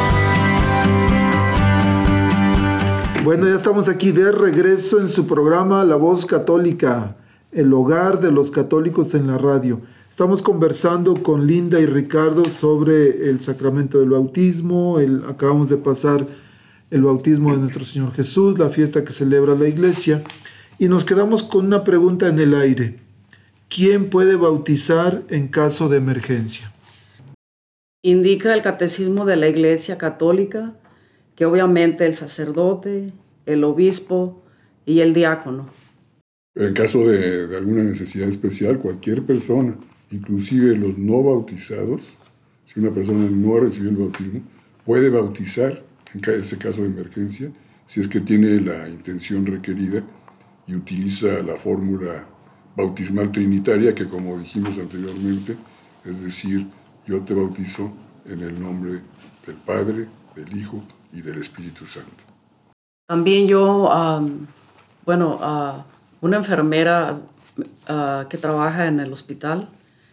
Bueno, ya estamos aquí de regreso en su programa La Voz Católica, el hogar de los católicos en la radio. Estamos conversando con Linda y Ricardo sobre el sacramento del bautismo. El, acabamos de pasar el bautismo de nuestro Señor Jesús, la fiesta que celebra la iglesia, y nos quedamos con una pregunta en el aire. ¿Quién puede bautizar en caso de emergencia? Indica el catecismo de la Iglesia Católica que obviamente el sacerdote, el obispo y el diácono. En caso de, de alguna necesidad especial, cualquier persona, inclusive los no bautizados, si una persona no ha recibido el bautismo, puede bautizar en ese caso de emergencia, si es que tiene la intención requerida y utiliza la fórmula bautismal trinitaria, que como dijimos anteriormente, es decir, yo te bautizo en el nombre del Padre, del Hijo y del Espíritu Santo. También yo, um, bueno, uh, una enfermera uh, que trabaja en el hospital,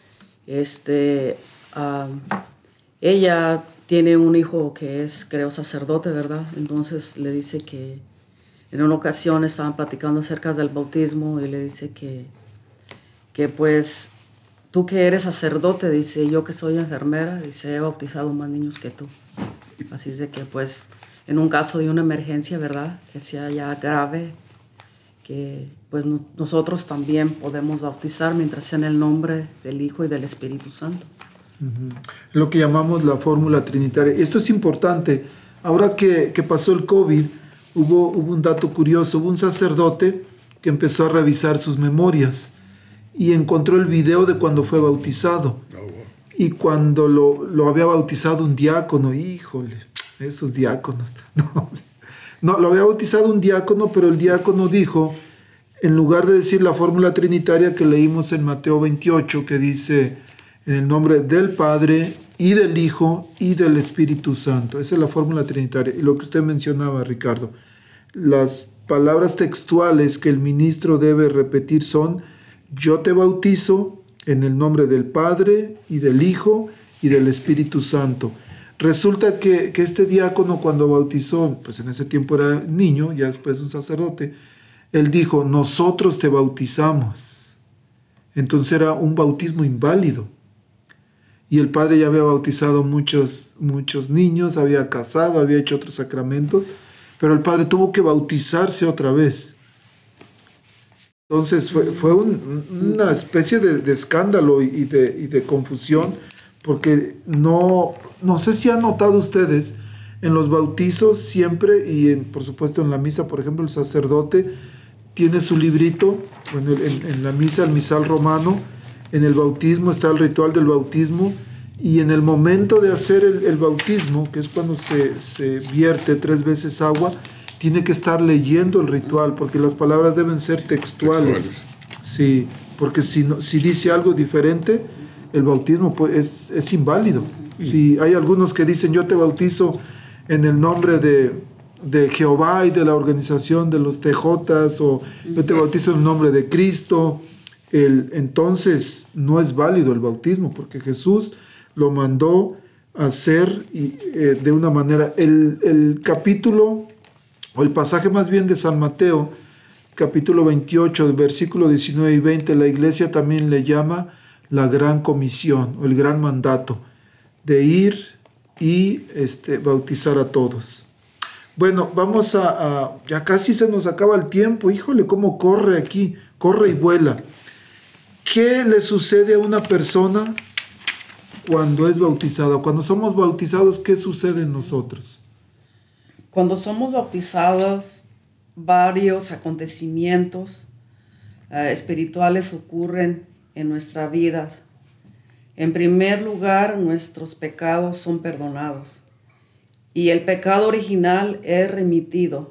este, uh, ella tiene un hijo que es, creo, sacerdote, ¿verdad? Entonces le dice que en una ocasión estaban platicando acerca del bautismo y le dice que, que pues, tú que eres sacerdote, dice, yo que soy enfermera, dice, he bautizado más niños que tú. Así es de que, pues, en un caso de una emergencia, ¿verdad?, que sea ya grave, que pues no, nosotros también podemos bautizar mientras sea en el nombre del Hijo y del Espíritu Santo. Uh-huh. Lo que llamamos la fórmula trinitaria. Esto es importante. Ahora que, que pasó el COVID, hubo, hubo un dato curioso. Hubo un sacerdote que empezó a revisar sus memorias y encontró el video de cuando fue bautizado. Oh, wow. Y cuando lo, lo había bautizado un diácono, híjole, esos diáconos. No, no, lo había bautizado un diácono, pero el diácono dijo, en lugar de decir la fórmula trinitaria que leímos en Mateo veintiocho, que dice, en el nombre del Padre, y del Hijo, y del Espíritu Santo. Esa es la fórmula trinitaria. Y lo que usted mencionaba, Ricardo, las palabras textuales que el ministro debe repetir son, yo te bautizo en el nombre del Padre, y del Hijo, y del Espíritu Santo. Resulta que, que este diácono, cuando bautizó, pues en ese tiempo era niño, ya después un sacerdote, él dijo, nosotros te bautizamos. Entonces era un bautismo inválido. Y el padre ya había bautizado muchos, muchos niños, había casado, había hecho otros sacramentos, pero el padre tuvo que bautizarse otra vez. Entonces fue, fue un, una especie de, de escándalo y de, y de confusión, porque no, no sé si han notado ustedes, en los bautizos siempre, y en, por supuesto en la misa, por ejemplo, el sacerdote tiene su librito, en, el, en, en la misa, el misal romano, en el bautismo está el ritual del bautismo, y en el momento de hacer el, el bautismo, que es cuando se, se vierte tres veces agua, tiene que estar leyendo el ritual, porque las palabras deben ser textuales. textuales. Sí, porque si, no, si dice algo diferente, el bautismo pues, es, es inválido. Sí. Si hay algunos que dicen, yo te bautizo en el nombre de, de Jehová y de la organización de los T Jotas, o yo te bautizo en el nombre de Cristo, el, entonces no es válido el bautismo, porque Jesús lo mandó a hacer y, eh, de una manera. El, el capítulo, o el pasaje más bien de San Mateo, capítulo veintiocho, versículo diecinueve y veinte, la iglesia también le llama la gran comisión, o el gran mandato, de ir y este, bautizar a todos. Bueno, vamos a, a... ya casi se nos acaba el tiempo. Híjole, cómo corre aquí, corre y vuela. ¿Qué le sucede a una persona cuando es bautizada? Cuando somos bautizados, ¿qué sucede en nosotros? Cuando somos bautizados, varios acontecimientos uh, espirituales ocurren en nuestra vida. En primer lugar, nuestros pecados son perdonados y el pecado original es remitido.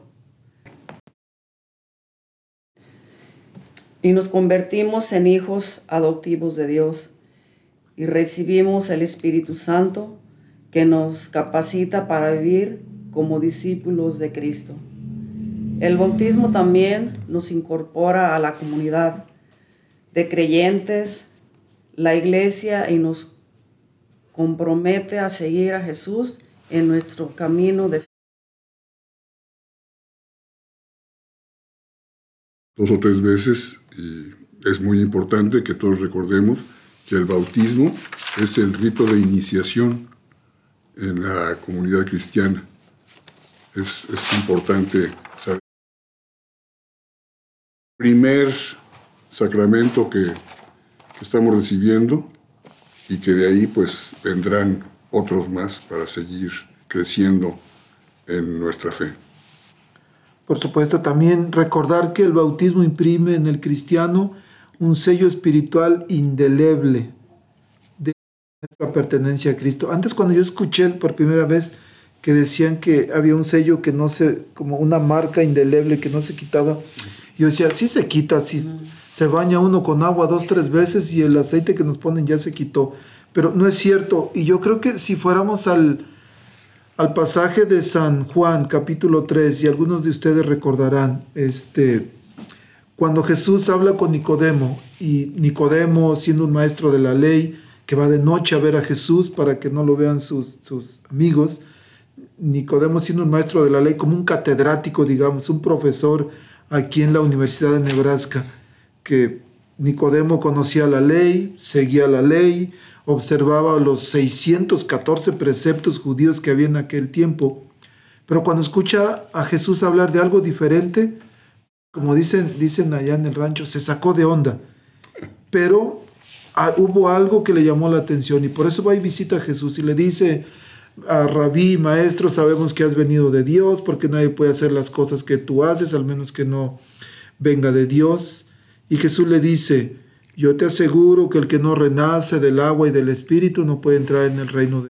Y nos convertimos en hijos adoptivos de Dios y recibimos el Espíritu Santo que nos capacita para vivir como discípulos de Cristo. El bautismo también nos incorpora a la comunidad de creyentes, la iglesia, y nos compromete a seguir a Jesús en nuestro camino de fe. Dos o tres veces, y es muy importante que todos recordemos que el bautismo es el rito de iniciación en la comunidad cristiana. Es, es importante saber. El primer sacramento que, que estamos recibiendo, y que de ahí pues vendrán otros más para seguir creciendo en nuestra fe. Por supuesto, también recordar que el bautismo imprime en el cristiano un sello espiritual indeleble de nuestra pertenencia a Cristo. Antes, cuando yo escuché por primera vez que decían que había un sello que no se, como una marca indeleble que no se quitaba, yo decía, sí se quita, sí mm. se baña uno con agua dos, tres veces y el aceite que nos ponen ya se quitó. Pero no es cierto. Y yo creo que si fuéramos al, al pasaje de San Juan, capítulo tres, y algunos de ustedes recordarán, este, cuando Jesús habla con Nicodemo, y Nicodemo, siendo un maestro de la ley, que va de noche a ver a Jesús para que no lo vean sus, sus amigos, Nicodemo siendo un maestro de la ley, como un catedrático, digamos, un profesor aquí en la Universidad de Nebraska, que Nicodemo conocía la ley, seguía la ley, observaba los seiscientos catorce preceptos judíos que había en aquel tiempo, pero cuando escucha a Jesús hablar de algo diferente, como dicen, dicen allá en el rancho, se sacó de onda, pero ah, hubo algo que le llamó la atención, y por eso va y visita a Jesús y le dice: a Rabí, maestro, sabemos que has venido de Dios, porque nadie puede hacer las cosas que tú haces, al menos que no venga de Dios. Y Jesús le dice: yo te aseguro que el que no renace del agua y del espíritu no puede entrar en el reino de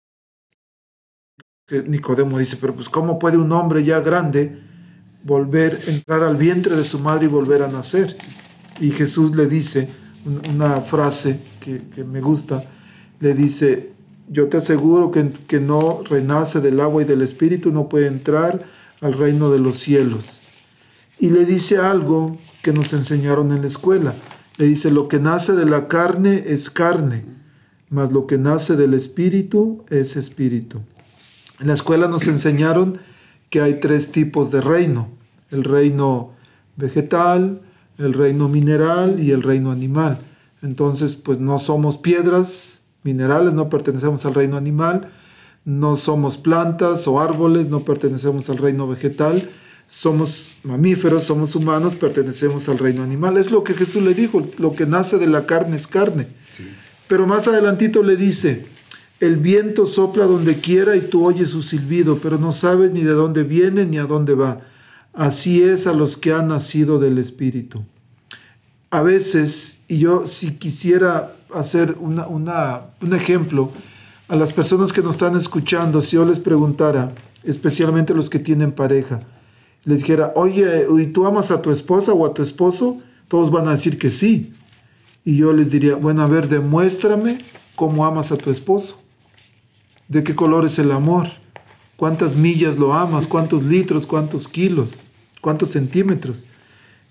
Dios. Nicodemo dice: pero pues ¿cómo puede un hombre ya grande volver a entrar al vientre de su madre y volver a nacer? Y Jesús le dice una frase que, que me gusta, le dice: yo te aseguro que, que no renace del agua y del espíritu no puede entrar al reino de los cielos. Y le dice algo que nos enseñaron en la escuela. Le dice: lo que nace de la carne es carne, mas lo que nace del espíritu es espíritu. En la escuela nos enseñaron que hay tres tipos de reino: el reino vegetal, el reino mineral y el reino animal. Entonces, pues no somos piedras minerales, no pertenecemos al reino animal, no somos plantas o árboles, no pertenecemos al reino vegetal, somos mamíferos, somos humanos, pertenecemos al reino animal. Es lo que Jesús le dijo: lo que nace de la carne es carne. Sí. Pero más adelantito le dice: el viento sopla donde quiera y tú oyes su silbido, pero no sabes ni de dónde viene ni a dónde va. Así es a los que han nacido del Espíritu. A veces, y yo si quisiera hacer una, una, un ejemplo a las personas que nos están escuchando, si yo les preguntara, especialmente los que tienen pareja, les dijera: oye, ¿y tú amas a tu esposa o a tu esposo? Todos van a decir que sí. Y yo les diría: bueno, a ver, demuéstrame cómo amas a tu esposo. ¿De qué color es el amor? ¿Cuántas millas lo amas? ¿Cuántos litros? ¿Cuántos kilos? ¿Cuántos centímetros?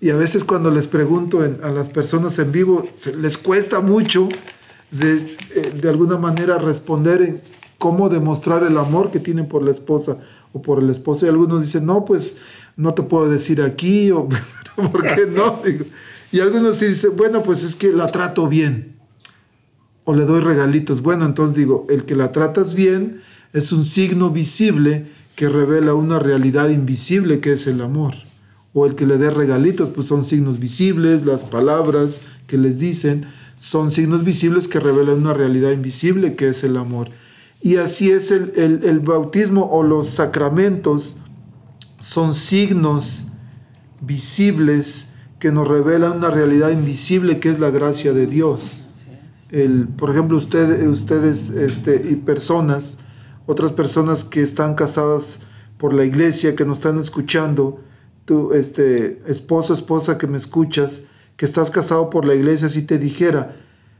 Y a veces cuando les pregunto en, a las personas en vivo, se, les cuesta mucho de, eh, de alguna manera responder en cómo demostrar el amor que tienen por la esposa o por el esposo. Y algunos dicen, no, pues no te puedo decir aquí, o ¿por qué no? Digo, y algunos sí dicen, bueno, pues es que la trato bien, o le doy regalitos. Bueno, entonces digo, el que la tratas bien es un signo visible que revela una realidad invisible que es el amor. O el que le dé regalitos, pues son signos visibles, las palabras que les dicen son signos visibles que revelan una realidad invisible que es el amor. Y así es el, el, el bautismo o los sacramentos, son signos visibles que nos revelan una realidad invisible que es la gracia de Dios. El, por ejemplo, usted, ustedes este, y personas, otras personas que están casadas por la iglesia, que nos están escuchando, tú, este, esposo, esposa que me escuchas, que estás casado por la iglesia, si te dijera,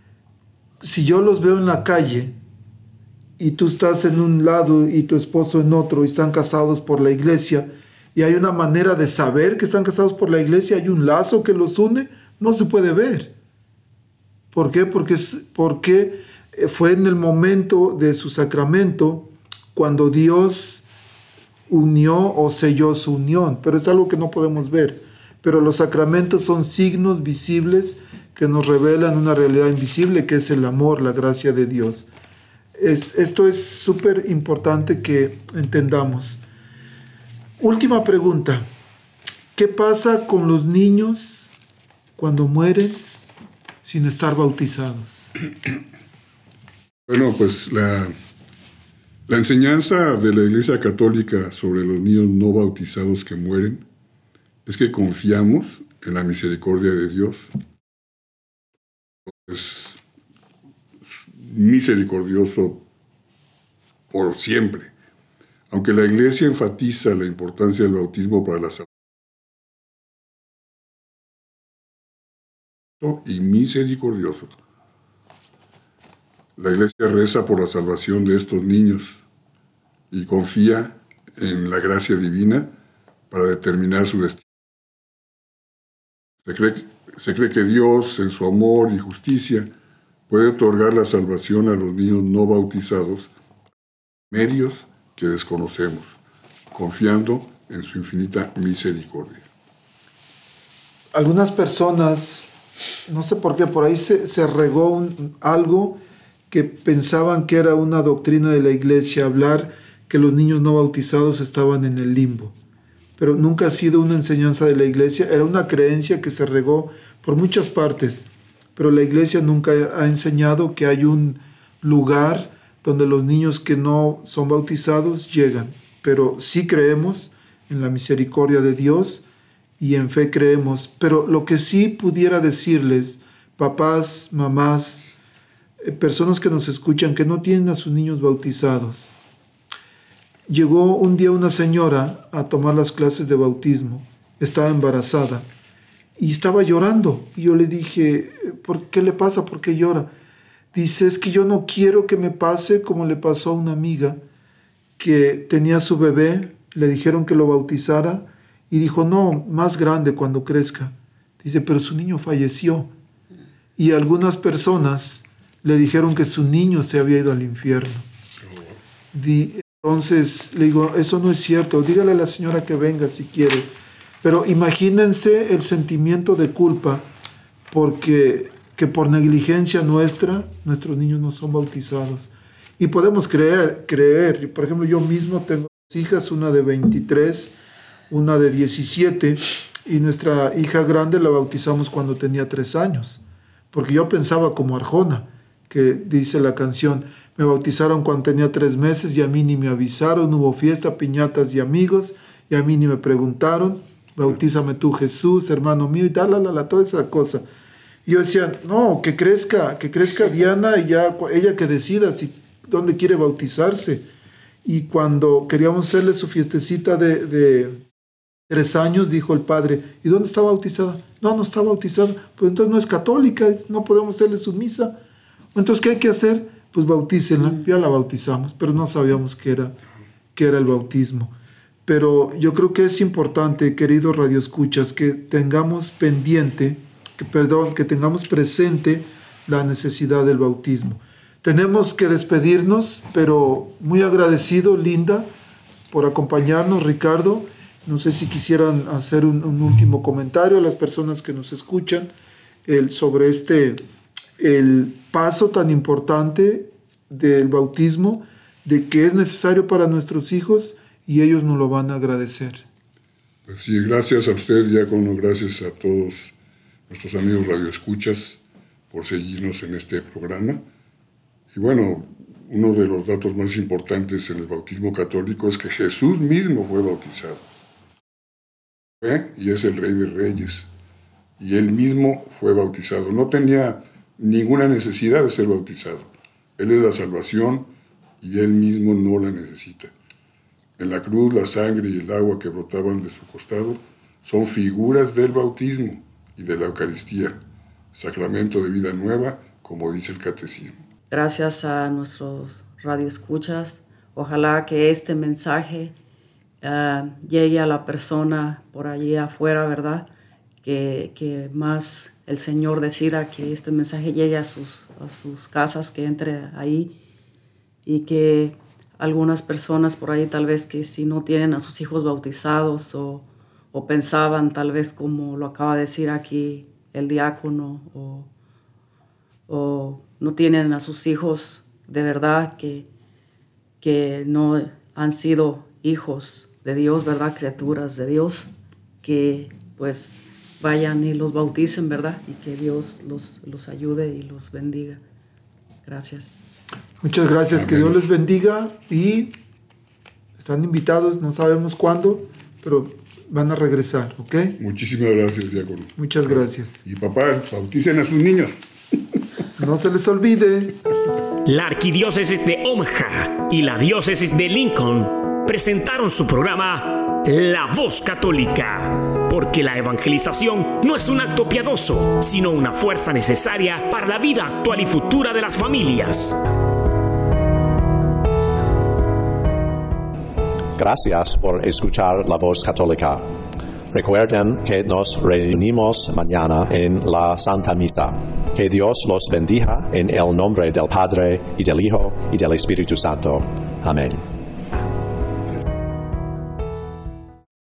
si yo los veo en la calle y tú estás en un lado y tu esposo en otro y están casados por la iglesia, y hay una manera de saber que están casados por la iglesia, hay un lazo que los une, no se puede ver. ¿Por qué? Porque, porque fue en el momento de su sacramento cuando Dios unió o selló su unión, pero es algo que no podemos ver. Pero los sacramentos son signos visibles que nos revelan una realidad invisible que es el amor, la gracia de Dios. Es, esto es súper importante que entendamos. Última pregunta. ¿Qué pasa con los niños cuando mueren sin estar bautizados? Bueno, pues la, la enseñanza de la Iglesia Católica sobre los niños no bautizados que mueren es que confiamos en la misericordia de Dios. Es misericordioso por siempre. Aunque la Iglesia enfatiza la importancia del bautismo para la salvación y misericordioso, la Iglesia reza por la salvación de estos niños y confía en la gracia divina para determinar su destino. Se cree, se cree que Dios, en su amor y justicia, puede otorgar la salvación a los niños no bautizados, medios que desconocemos, confiando en su infinita misericordia. Algunas personas, no sé por qué, por ahí se, se regó un, algo que pensaban que era una doctrina de la iglesia, hablar que los niños no bautizados estaban en el limbo. Pero nunca ha sido una enseñanza de la iglesia, era una creencia que se regó por muchas partes, pero la iglesia nunca ha enseñado que hay un lugar donde los niños que no son bautizados llegan. Pero sí creemos en la misericordia de Dios y en fe creemos. Pero lo que sí pudiera decirles, papás, mamás, eh, personas que nos escuchan que no tienen a sus niños bautizados. Llegó un día una señora a tomar las clases de bautismo, estaba embarazada y estaba llorando. Y yo le dije, ¿por qué le pasa? ¿Por qué llora? Dice, es que yo no quiero que me pase como le pasó a una amiga que tenía su bebé, le dijeron que lo bautizara y dijo, no, más grande cuando crezca. Dice, pero su niño falleció. Y algunas personas le dijeron que su niño se había ido al infierno. Di, entonces le digo, eso no es cierto, dígale a la señora que venga si quiere. Pero imagínense el sentimiento de culpa porque que por negligencia nuestra, nuestros niños no son bautizados. Y podemos creer, creer. Por ejemplo, yo mismo tengo dos hijas, una de veintitrés, una de diecisiete, y nuestra hija grande la bautizamos cuando tenía tres años. Porque yo pensaba como Arjona, que dice la canción, me bautizaron cuando tenía tres meses y a mí ni me avisaron, hubo fiesta, piñatas y amigos, y a mí ni me preguntaron, bautízame tú Jesús, hermano mío, y tal, la, la, la, toda esa cosa. Y yo decía, no, que crezca, que crezca Diana y ya ella que decida si dónde quiere bautizarse. Y cuando queríamos hacerle su fiestecita de, de tres años, dijo el padre, ¿y dónde está bautizada? No, no está bautizada. Pues entonces no es católica, no podemos hacerle su misa. Entonces, ¿qué hay que hacer? Pues bautícenla. Ya la bautizamos, pero no sabíamos qué era, qué era el bautismo. pero yo creo que es importante, queridos radioescuchas, que tengamos pendiente, que, perdón, que tengamos presente la necesidad del bautismo. Tenemos que despedirnos, pero muy agradecido, Linda, por acompañarnos, Ricardo. No sé si quisieran hacer un, un último comentario a las personas que nos escuchan el, sobre este, el paso tan importante del bautismo, de que es necesario para nuestros hijos y ellos nos lo van a agradecer. Pues sí, gracias a usted, diácono, gracias a todos nuestros amigos radioescuchas por seguirnos en este programa. Y bueno, uno de los datos más importantes en el bautismo católico es que Jesús mismo fue bautizado. ¿Eh? Y es el Rey de Reyes. Y él mismo fue bautizado. No tenía ninguna necesidad de ser bautizado. Él es la salvación y él mismo no la necesita. En la cruz, la sangre y el agua que brotaban de su costado son figuras del bautismo y de la Eucaristía, sacramento de vida nueva, como dice el Catecismo. Gracias a nuestros radioescuchas. Ojalá que este mensaje uh, llegue a la persona por allí afuera, ¿verdad? Que, que más el Señor decida que este mensaje llegue a sus, a sus casas, que entre ahí, y que algunas personas por ahí tal vez que si no tienen a sus hijos bautizados o, o pensaban tal vez como lo acaba de decir aquí el diácono, o, o no tienen a sus hijos de verdad, que, que no han sido hijos de Dios, ¿verdad? Criaturas de Dios, que pues vayan y los bauticen, ¿verdad? Y que Dios los, los ayude y los bendiga. Gracias. Muchas gracias, que Dios les bendiga y están invitados, no sabemos cuándo, pero van a regresar, ¿ok? Muchísimas gracias, diácono. Muchas gracias. Y papás, bauticen a sus niños. No se les olvide. La Arquidiócesis de Omaha y la Diócesis de Lincoln presentaron su programa La Voz Católica, porque la evangelización no es un acto piadoso, sino una fuerza necesaria para la vida actual y futura de las familias. Gracias por escuchar La Voz Católica. Recuerden que nos reunimos mañana en la Santa Misa. Que Dios los bendiga en el nombre del Padre, y del Hijo, y del Espíritu Santo. Amén.